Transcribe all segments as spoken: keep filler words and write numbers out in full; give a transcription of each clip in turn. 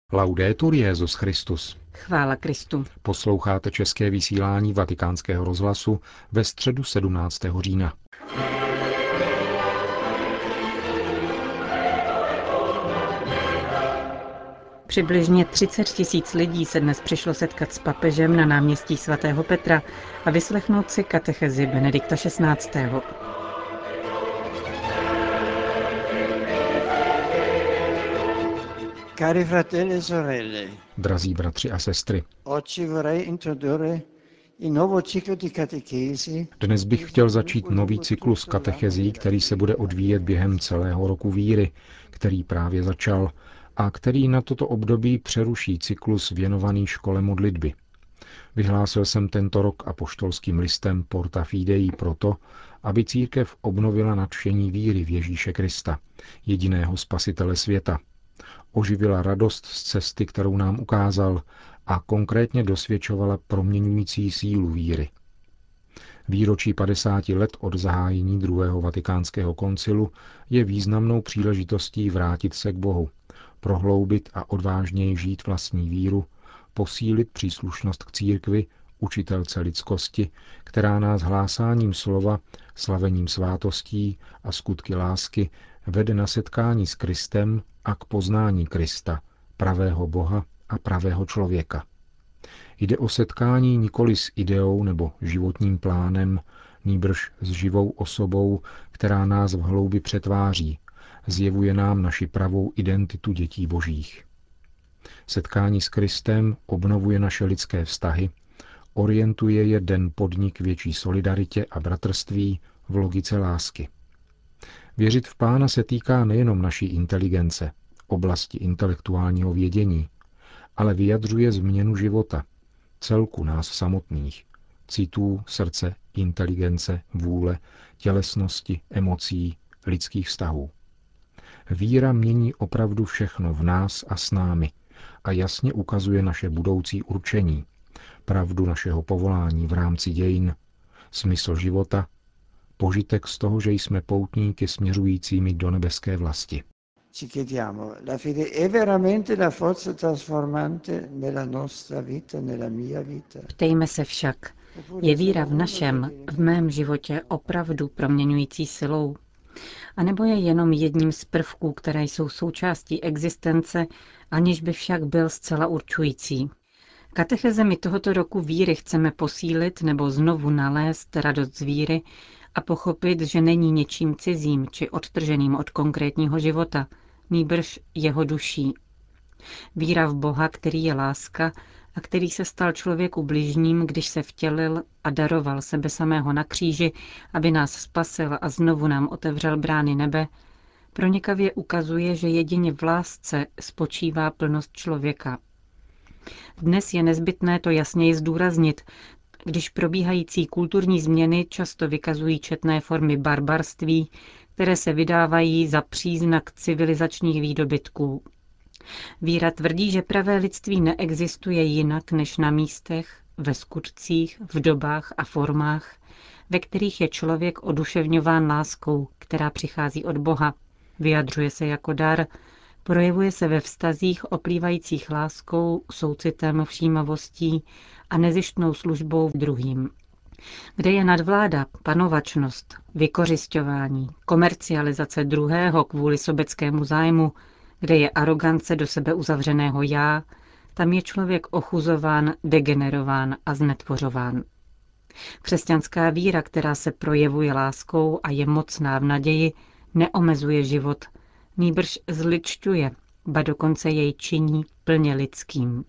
Laudetur Jesus Christus. Chvála Kristu. Posloucháte české vysílání Vatikánského rozhlasu ve středu sedmnáctého října. Přibližně třicet tisíc lidí se dnes přišlo setkat s papežem na náměstí svatého Petra a vyslechnout si katechezi Benedikta šestnáctého. Cari fratelli e sorelle, Drazí bratři a sestry, oggi vorrei introdurre il nuovo ciclo di catechesi. dnes bych chtěl začít nový cyklus katechezí, který se bude odvíjet během celého roku víry, který právě začal a který na toto období přeruší cyklus věnovaný škole modlitby. Vyhlásil jsem tento rok apoštolským listem Porta Fidei proto, aby církev obnovila nadšení víry v Ježíše Krista, jediného spasitele světa, oživila radost z cesty, kterou nám ukázal, a konkrétně dosvědčovala proměňující sílu víry. Výročí padesáti let od zahájení druhého vatikánského koncilu je významnou příležitostí vrátit se k Bohu, prohloubit a odvážněji žít vlastní víru, posílit příslušnost k církvi, učitelce lidskosti, která nás hlásáním slova, slavením svátostí a skutky lásky vede na setkání s Kristem a k poznání Krista, pravého Boha a pravého člověka. Jde o setkání nikoli s ideou nebo životním plánem, nýbrž s živou osobou, která nás v hloubi přetváří, zjevuje nám naši pravou identitu dětí božích. Setkání s Kristem obnovuje naše lidské vztahy, orientuje je den po dni k větší solidaritě a bratrství v logice lásky. Věřit v Pána se týká nejenom naší inteligence, oblasti intelektuálního vědění, ale vyjadřuje změnu života, celku nás samotných, citů, srdce, inteligence, vůle, tělesnosti, emocí, lidských vztahů. Víra mění opravdu všechno v nás a s námi a jasně ukazuje naše budoucí určení, pravdu našeho povolání v rámci dějin, smysl života, požitek z toho, že jsme poutníky směřujícími do nebeské vlasti. Ci chiediamo, la fede è veramente la forza trasformante nella nostra vita, nella mia vita? Ptejme se však, je víra v našem, v mém životě opravdu proměňující silou? A nebo je jenom jedním z prvků, které jsou součástí existence, aniž by však byl zcela určující? Katechezemi tohoto roku víry chceme posílit nebo znovu nalézt radost z víry a pochopit, že není něčím cizím či odtrženým od konkrétního života, nýbrž jeho duší. Víra v Boha, který je láska a který se stal člověku bližním, když se vtělil a daroval sebe samého na kříži, aby nás spasil a znovu nám otevřel brány nebe, pronikavě ukazuje, že jedině v lásce spočívá plnost člověka. Dnes je nezbytné to jasněji zdůraznit, když probíhající kulturní změny často vykazují četné formy barbarství, které se vydávají za příznak civilizačních výdobytků. Víra tvrdí, že pravé lidství neexistuje jinak než na místech, ve skutcích, v dobách a formách, ve kterých je člověk oduševňován láskou, která přichází od Boha, vyjadřuje se jako dar, projevuje se ve vztazích oplývajících láskou, soucitem, všímavostí a nezištnou službou druhým. Kde je nadvláda, panovačnost, vykořisťování, komercializace druhého kvůli sobeckému zájmu, kde je arogance do sebe uzavřeného já, tam je člověk ochuzován, degenerován a znetvořován. Křesťanská víra, která se projevuje láskou a je mocná v naději, neomezuje život, nýbrž zličťuje, ba dokonce jej činí plně lidským.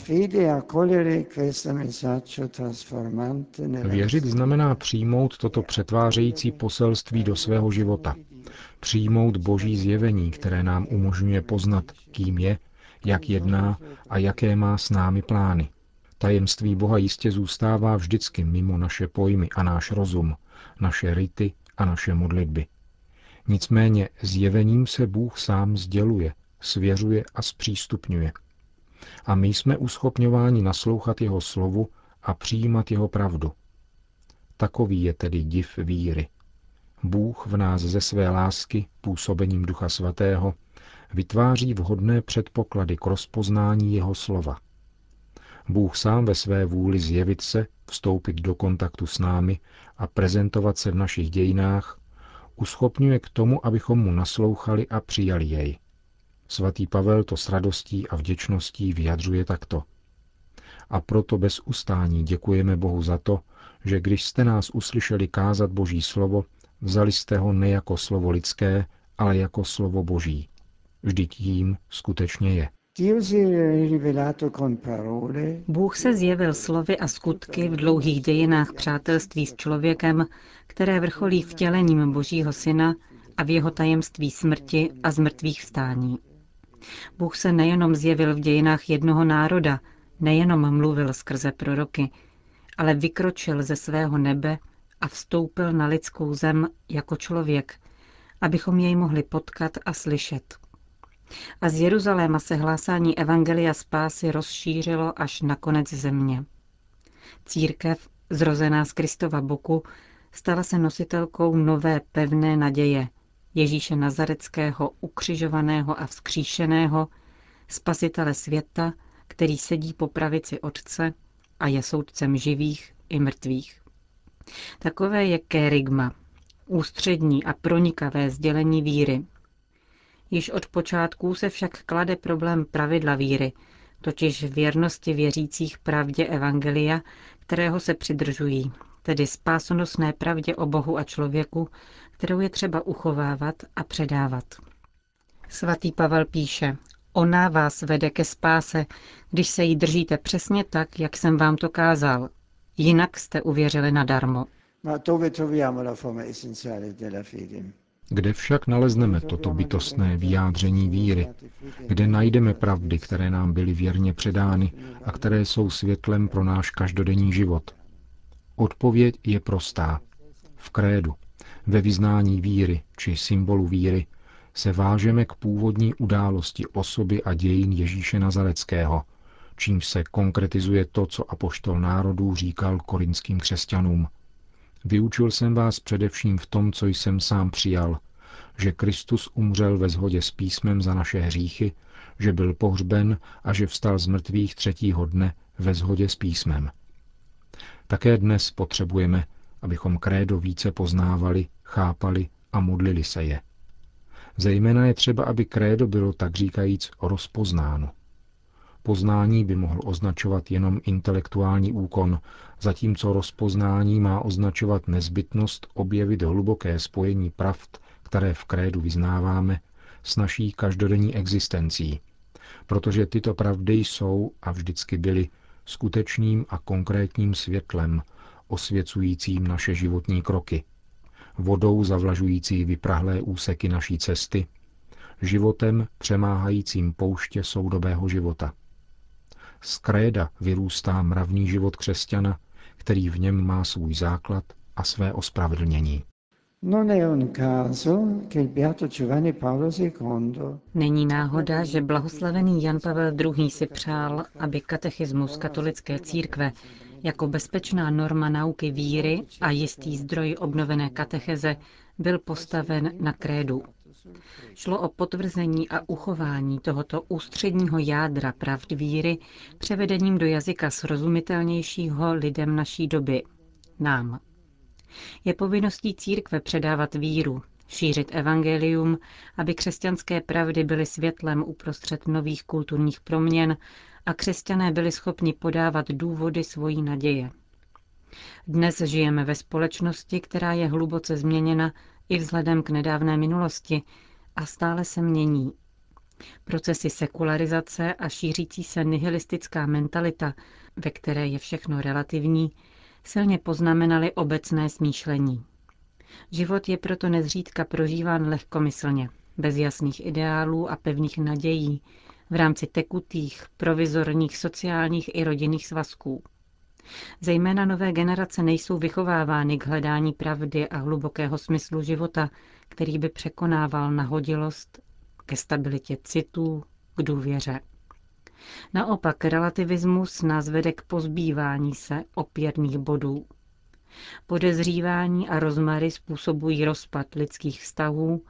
Věřit znamená přijmout toto přetvářející poselství do svého života. Přijmout Boží zjevení, které nám umožňuje poznat, kým je, jak jedná a jaké má s námi plány. Tajemství Boha jistě zůstává vždycky mimo naše pojmy a náš rozum, naše rity a naše modlitby. Nicméně zjevením se Bůh sám sděluje, svěřuje a zpřístupňuje. A my jsme uschopňováni naslouchat jeho slovu a přijímat jeho pravdu. Takový je tedy div víry. Bůh v nás ze své lásky, působením Ducha Svatého, vytváří vhodné předpoklady k rozpoznání jeho slova. Bůh sám ve své vůli zjevit se, vstoupit do kontaktu s námi a prezentovat se v našich dějinách, uschopňuje k tomu, abychom mu naslouchali a přijali jej. Svatý Pavel to s radostí a vděčností vyjadřuje takto. A proto bez ustání děkujeme Bohu za to, že když jste nás uslyšeli kázat Boží slovo, vzali jste ho ne jako slovo lidské, ale jako slovo Boží. Vždyť jím skutečně je. Bůh se zjevil slovy a skutky v dlouhých dějinách přátelství s člověkem, které vrcholí vtělením Božího Syna a v jeho tajemství smrti a zmrtvých vstání. Bůh se nejenom zjevil v dějinách jednoho národa, nejenom mluvil skrze proroky, ale vykročil ze svého nebe a vstoupil na lidskou zem jako člověk, abychom jej mohli potkat a slyšet. A z Jeruzaléma se hlásání evangelia spásy rozšířilo až na konec země. Církev, zrozená z Kristova boku, stala se nositelkou nové pevné naděje, Ježíše Nazareckého, ukřižovaného a vzkříšeného, spasitele světa, který sedí po pravici Otce a je soudcem živých i mrtvých. Takové je kérygma, ústřední a pronikavé sdělení víry. Již od počátků se však klade problém pravidla víry, totiž věrnosti věřících pravdě evangelia, kterého se přidržují, tedy spásonosné pravdě o Bohu a člověku, kterou je třeba uchovávat a předávat. Svatý Pavel píše, ona vás vede ke spáse, když se jí držíte přesně tak, jak jsem vám to kázal. Jinak jste uvěřili nadarmo. Kde však nalezneme toto bytostné vyjádření víry? Kde najdeme pravdy, které nám byly věrně předány a které jsou světlem pro náš každodenní život? Odpověď je prostá. V krédu, ve vyznání víry či symbolu víry, se vážeme k původní události osoby a dějin Ježíše Nazareckého, čímž se konkretizuje to, co apoštol národů říkal korinským křesťanům. Vyučil jsem vás především v tom, co jsem sám přijal, že Kristus umřel ve shodě s písmem za naše hříchy, že byl pohřben a že vstal z mrtvých třetího dne ve shodě s písmem. Také dnes potřebujeme, abychom krédo více poznávali, chápali a modlili se je. Zejména je třeba, aby krédo bylo tak říkajíc rozpoznáno. Poznání by mohl označovat jenom intelektuální úkon, zatímco rozpoznání má označovat nezbytnost objevit hluboké spojení pravd, které v krédu vyznáváme, s naší každodenní existencí, protože tyto pravdy jsou a vždycky byly skutečným a konkrétním světlem, osvěcujícím naše životní kroky, vodou zavlažující vyprahlé úseky naší cesty, životem přemáhajícím pouště soudobého života. Z kréda vyrůstá mravní život křesťana, který v něm má svůj základ a své ospravedlnění. Není náhoda, že blahoslavený Jan Pavel druhý. Si přál, aby katechismus katolické církve jako bezpečná norma nauky víry a jistý zdroj obnovené katecheze byl postaven na krédu. Šlo o potvrzení a uchování tohoto ústředního jádra pravd víry převedením do jazyka srozumitelnějšího lidem naší doby, nám. Je povinností církve předávat víru, šířit evangelium, aby křesťanské pravdy byly světlem uprostřed nových kulturních proměn a křesťané byli schopni podávat důvody svojí naděje. Dnes žijeme ve společnosti, která je hluboce změněna i vzhledem k nedávné minulosti a stále se mění. Procesy sekularizace a šířící se nihilistická mentalita, ve které je všechno relativní, silně poznamenaly obecné smýšlení. Život je proto nezřídka prožíván lehkomyslně, bez jasných ideálů a pevných nadějí, v rámci tekutých, provizorních sociálních i rodinných svazků. Zejména nové generace nejsou vychovávány k hledání pravdy a hlubokého smyslu života, který by překonával nahodilost, ke stabilitě citů, k důvěře. Naopak relativismus nás vede k pozbývání se opěrných bodů. Podezřívání a rozmary způsobují rozpad lidských vztahů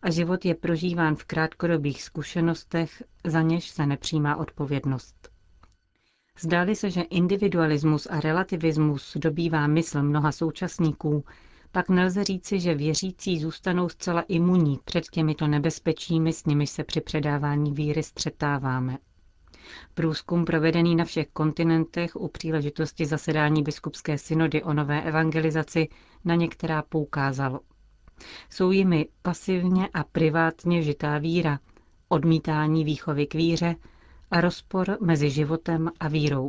a život je prožíván v krátkodobých zkušenostech, za něž se nepřijímá odpovědnost. Zdáli se, že individualismus a relativismus dobývá mysl mnoha současníků, pak nelze říci, že věřící zůstanou zcela imunní před těmito nebezpečími, s nimiž se při předávání víry střetáváme. Průzkum provedený na všech kontinentech u příležitosti zasedání biskupské synody o nové evangelizaci na některá poukázalo. Jsou jimi pasivně a privátně žitá víra, odmítání výchovy k víře a rozpor mezi životem a vírou.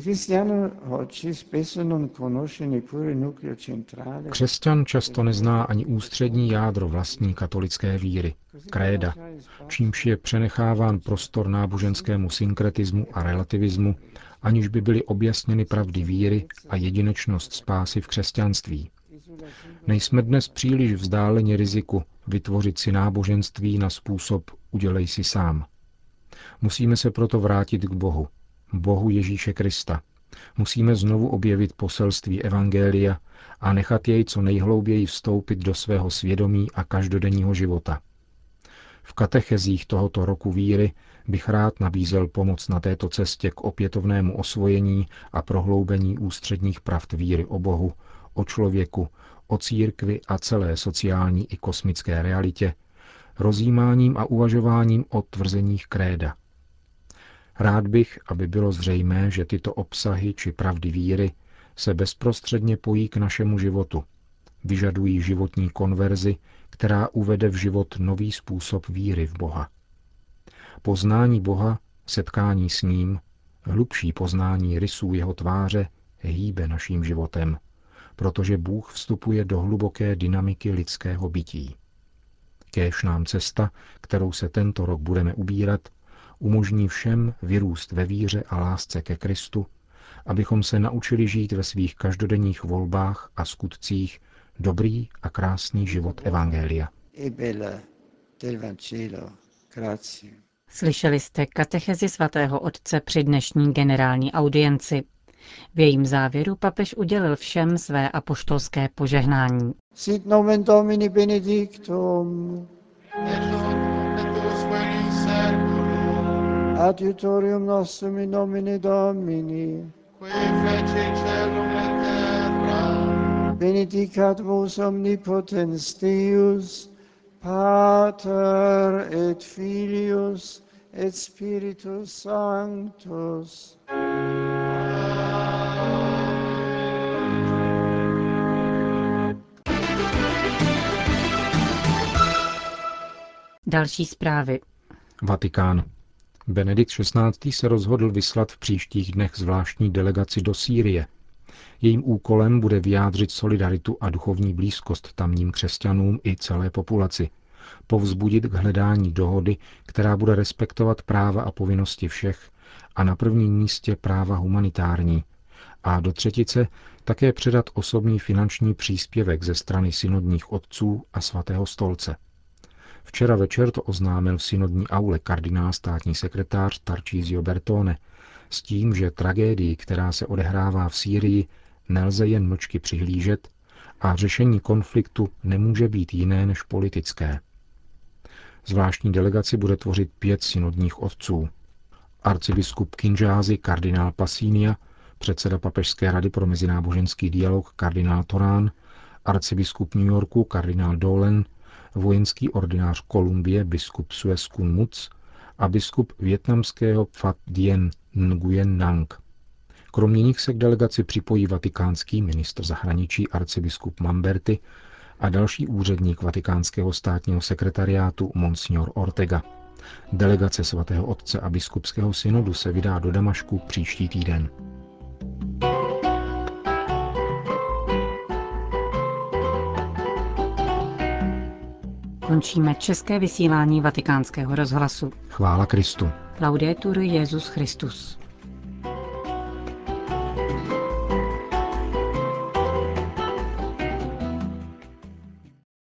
Křesťan často nezná ani ústřední jádro vlastní katolické víry, kréda, čímž je přenecháván prostor náboženskému synkretismu a relativismu, aniž by byly objasněny pravdy víry a jedinečnost spásy v křesťanství. Nejsme dnes příliš vzdáleni riziku vytvořit si náboženství na způsob udělej si sám. Musíme se proto vrátit k Bohu, Bohu Ježíše Krista. Musíme znovu objevit poselství evangelia a nechat jej co nejhlouběji vstoupit do svého svědomí a každodenního života. V katechezích tohoto roku víry bych rád nabízel pomoc na této cestě k opětovnému osvojení a prohloubení ústředních pravd víry o Bohu, o člověku, o církvi a celé sociální i kosmické realitě, rozjímáním a uvažováním o tvrzeních kréda. Rád bych, aby bylo zřejmé, že tyto obsahy či pravdy víry se bezprostředně pojí k našemu životu, vyžadují životní konverzi, která uvede v život nový způsob víry v Boha. Poznání Boha, setkání s ním, hlubší poznání rysů jeho tváře hýbe naším životem, protože Bůh vstupuje do hluboké dynamiky lidského bytí. Kéž nám cesta, kterou se tento rok budeme ubírat, umožní všem vyrůst ve víře a lásce ke Kristu, abychom se naučili žít ve svých každodenních volbách a skutcích dobrý a krásný život evangelia. Slyšeli jste katechezi svatého otce při dnešní generální audienci. V jejím závěru papež udělil všem své apoštolské požehnání. Sit nomen Domini benedictum. Adiutorium nostrum in nomine Domini. Qui feci caelum et terra. Benedicat vos omnipotens Deus, Pater et Filius et Spiritus Sanctus. Další zprávy. Vatikán. Benedikt šestnáctý. se rozhodl vyslat v příštích dnech zvláštní delegaci do Sýrie. Jejím úkolem bude vyjádřit solidaritu a duchovní blízkost tamním křesťanům i celé populaci, povzbudit k hledání dohody, která bude respektovat práva a povinnosti všech a na prvním místě práva humanitární, a do třetice také předat osobní finanční příspěvek ze strany synodních otců a svatého stolce. Včera večer to oznámil v synodní aule kardinál státní sekretář Tarcísio Bertone s tím, že tragédii, která se odehrává v Sýrii, nelze jen mlčky přihlížet a řešení konfliktu nemůže být jiné než politické. Zvláštní delegaci bude tvořit pět synodních otců. Arcibiskup Kinshásy kardinál Passinia, předseda Papežské rady pro mezináboženský dialog kardinál Torán, arcibiskup New Yorku kardinál Dolan, vojenský ordinář Kolumbie biskup Suez Kun Muc a biskup vietnamského Phat Dien Nguyen Nang. Kromě nich se k delegaci připojí vatikánský ministr zahraničí arcibiskup Mamberti a další úředník vatikánského státního sekretariátu Monsignor Ortega. Delegace svatého otce a biskupského synodu se vydá do Damašku příští týden. Končíme české vysílání Vatikánského rozhlasu. Chvála Kristu. Laudetur Jesus Christus.